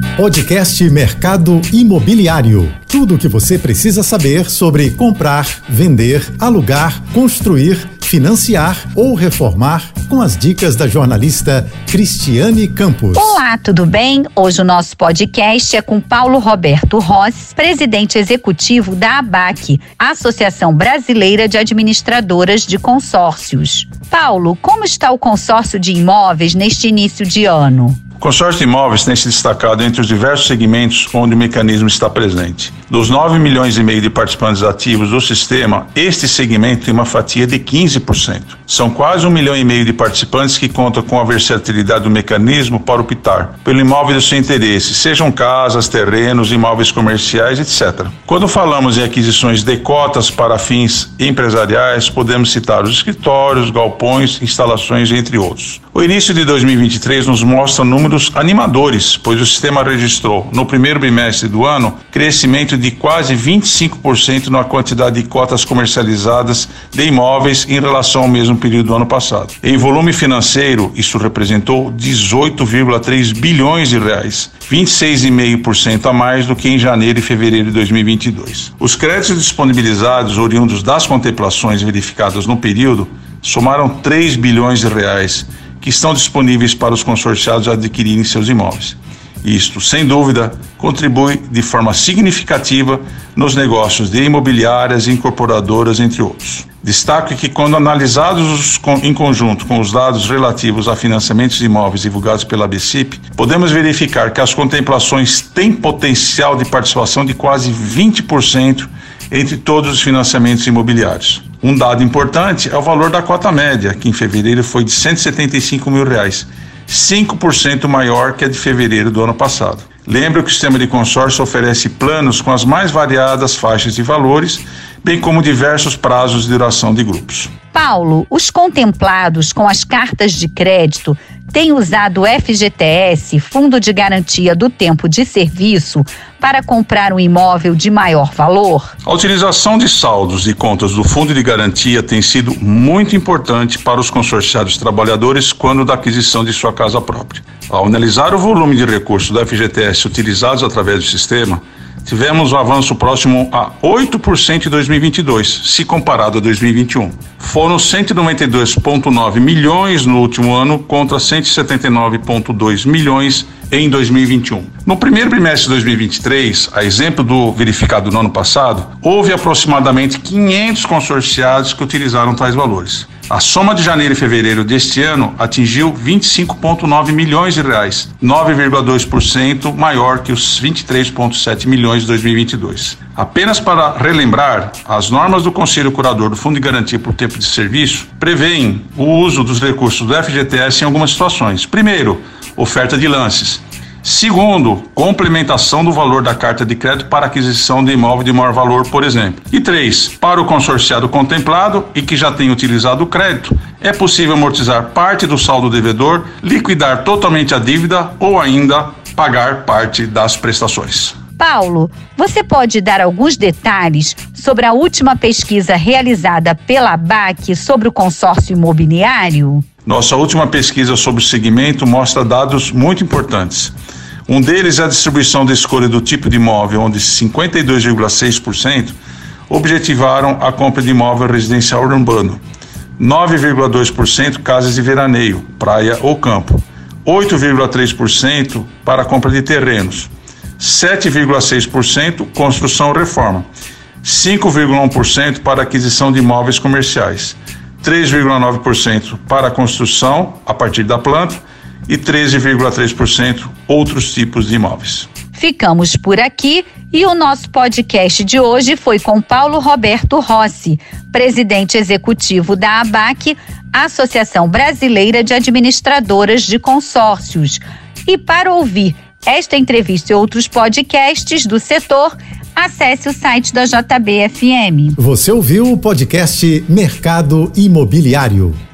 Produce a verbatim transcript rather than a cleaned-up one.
Podcast Mercado Imobiliário. Tudo o que você precisa saber sobre comprar, vender, alugar, construir, financiar ou reformar, com as dicas da jornalista Cristiane Campos. Olá, tudo bem? Hoje o nosso podcast é com Paulo Roberto Rossi, presidente executivo da ABAC, Associação Brasileira de Administradoras de Consórcios. Paulo, como está o consórcio de imóveis neste início de ano? O consórcio de imóveis tem se destacado entre os diversos segmentos onde o mecanismo está presente. Dos nove milhões e meio de participantes ativos do sistema, este segmento tem uma fatia de quinze por cento. São quase um milhão e meio de participantes que contam com a versatilidade do mecanismo para optar pelo imóvel do seu interesse, sejam casas, terrenos, imóveis comerciais, etcétera. Quando falamos em aquisições de cotas para fins empresariais, podemos citar os escritórios, galpões, instalações, entre outros. O início de dois mil e vinte e três nos mostra números animadores, pois o sistema registrou, no primeiro bimestre do ano, crescimento de quase vinte e cinco por cento na quantidade de cotas comercializadas de imóveis em relação ao mesmo período do ano passado. Em volume financeiro, isso representou dezoito vírgula três bilhões de reais, vinte e seis vírgula cinco por cento a mais do que em janeiro e fevereiro de dois mil e vinte e dois. Os créditos disponibilizados, oriundos das contemplações verificadas no período, somaram três bilhões de reais, que estão disponíveis para os consorciados adquirirem seus imóveis. Isto, sem dúvida, contribui de forma significativa nos negócios de imobiliárias e incorporadoras, entre outros. Destaque que, quando analisados em conjunto com os dados relativos a financiamentos de imóveis divulgados pela ABCIP, podemos verificar que as contemplações têm potencial de participação de quase vinte por cento entre todos os financiamentos imobiliários. Um dado importante é o valor da cota média, que em fevereiro foi de cento e setenta e cinco mil reais, cinco por cento maior que a de fevereiro do ano passado. Lembro que o sistema de consórcio oferece planos com as mais variadas faixas de valores, bem como diversos prazos de duração de grupos. Paulo, os contemplados com as cartas de crédito têm usado o F G T S, Fundo de Garantia do Tempo de Serviço, para comprar um imóvel de maior valor? A utilização de saldos e contas do Fundo de Garantia tem sido muito importante para os consorciados trabalhadores quando da aquisição de sua casa própria. Ao analisar o volume de recursos do F G T S utilizados através do sistema, tivemos um avanço próximo a oito por cento em dois mil e vinte e dois, se comparado a dois mil e vinte e um. Foram cento e noventa e dois vírgula nove milhões no último ano contra cento e setenta e nove vírgula dois milhões em dois mil e vinte e um. No primeiro trimestre de dois mil e vinte e três, a exemplo do verificado no ano passado, houve aproximadamente quinhentos consorciados que utilizaram tais valores. A soma de janeiro e fevereiro deste ano atingiu vinte e cinco vírgula nove milhões de reais, nove vírgula dois por cento maior que os vinte e três vírgula sete milhões de dois mil e vinte e dois. Apenas para relembrar, as normas do Conselho Curador do Fundo de Garantia por Tempo de Serviço prevêem o uso dos recursos do F G T S em algumas situações. Primeiro, oferta de lances. Segundo, complementação do valor da carta de crédito para aquisição de imóvel de maior valor, por exemplo. E três, para o consorciado contemplado e que já tem utilizado o crédito, é possível amortizar parte do saldo devedor, liquidar totalmente a dívida ou ainda pagar parte das prestações. Paulo, você pode dar alguns detalhes sobre a última pesquisa realizada pela ABAC sobre o consórcio imobiliário? Nossa última pesquisa sobre o segmento mostra dados muito importantes. Um deles é a distribuição da escolha do tipo de imóvel, onde cinquenta e dois vírgula seis por cento objetivaram a compra de imóvel residencial urbano, nove vírgula dois por cento casas de veraneio, praia ou campo, oito vírgula três por cento para a compra de terrenos, sete vírgula seis por cento construção ou reforma, cinco vírgula um por cento para aquisição de imóveis comerciais, três vírgula nove por cento para a construção a partir da planta e treze vírgula três por cento outros tipos de imóveis. Ficamos por aqui e o nosso podcast de hoje foi com Paulo Roberto Rossi, presidente executivo da ABAC, Associação Brasileira de Administradoras de Consórcios. E para ouvir esta entrevista e outros podcasts do setor, acesse o site da J B F M. Você ouviu o podcast Mercado Imobiliário.